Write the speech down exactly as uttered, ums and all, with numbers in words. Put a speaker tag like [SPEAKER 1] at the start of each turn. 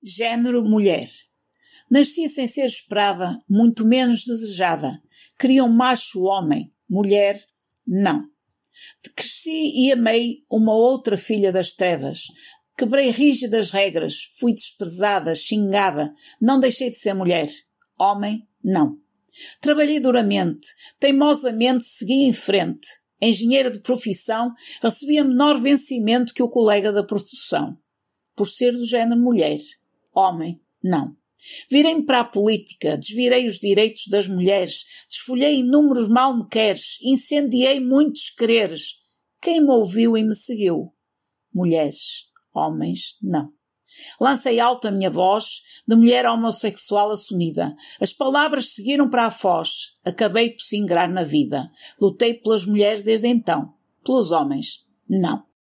[SPEAKER 1] Género mulher. Nasci sem ser esperada, muito menos desejada. Queria um macho homem, mulher, não. Cresci e amei uma outra filha das trevas. Quebrei rígidas regras, fui desprezada, xingada, não deixei de ser mulher. Homem, não. Trabalhei duramente, teimosamente segui em frente. Engenheira de profissão, recebia menor vencimento que o colega da produção. Por ser do género mulher. Homem, não. Virei-me para a política, desvirei os direitos das mulheres, desfolhei inúmeros mal-me-queres, incendiei muitos quereres. Quem me ouviu e me seguiu? Mulheres, homens, não. Lancei alto a minha voz, de mulher homossexual assumida. As palavras seguiram para a foz. Acabei por se ingrar na vida. Lutei pelas mulheres desde então. Pelos homens, não.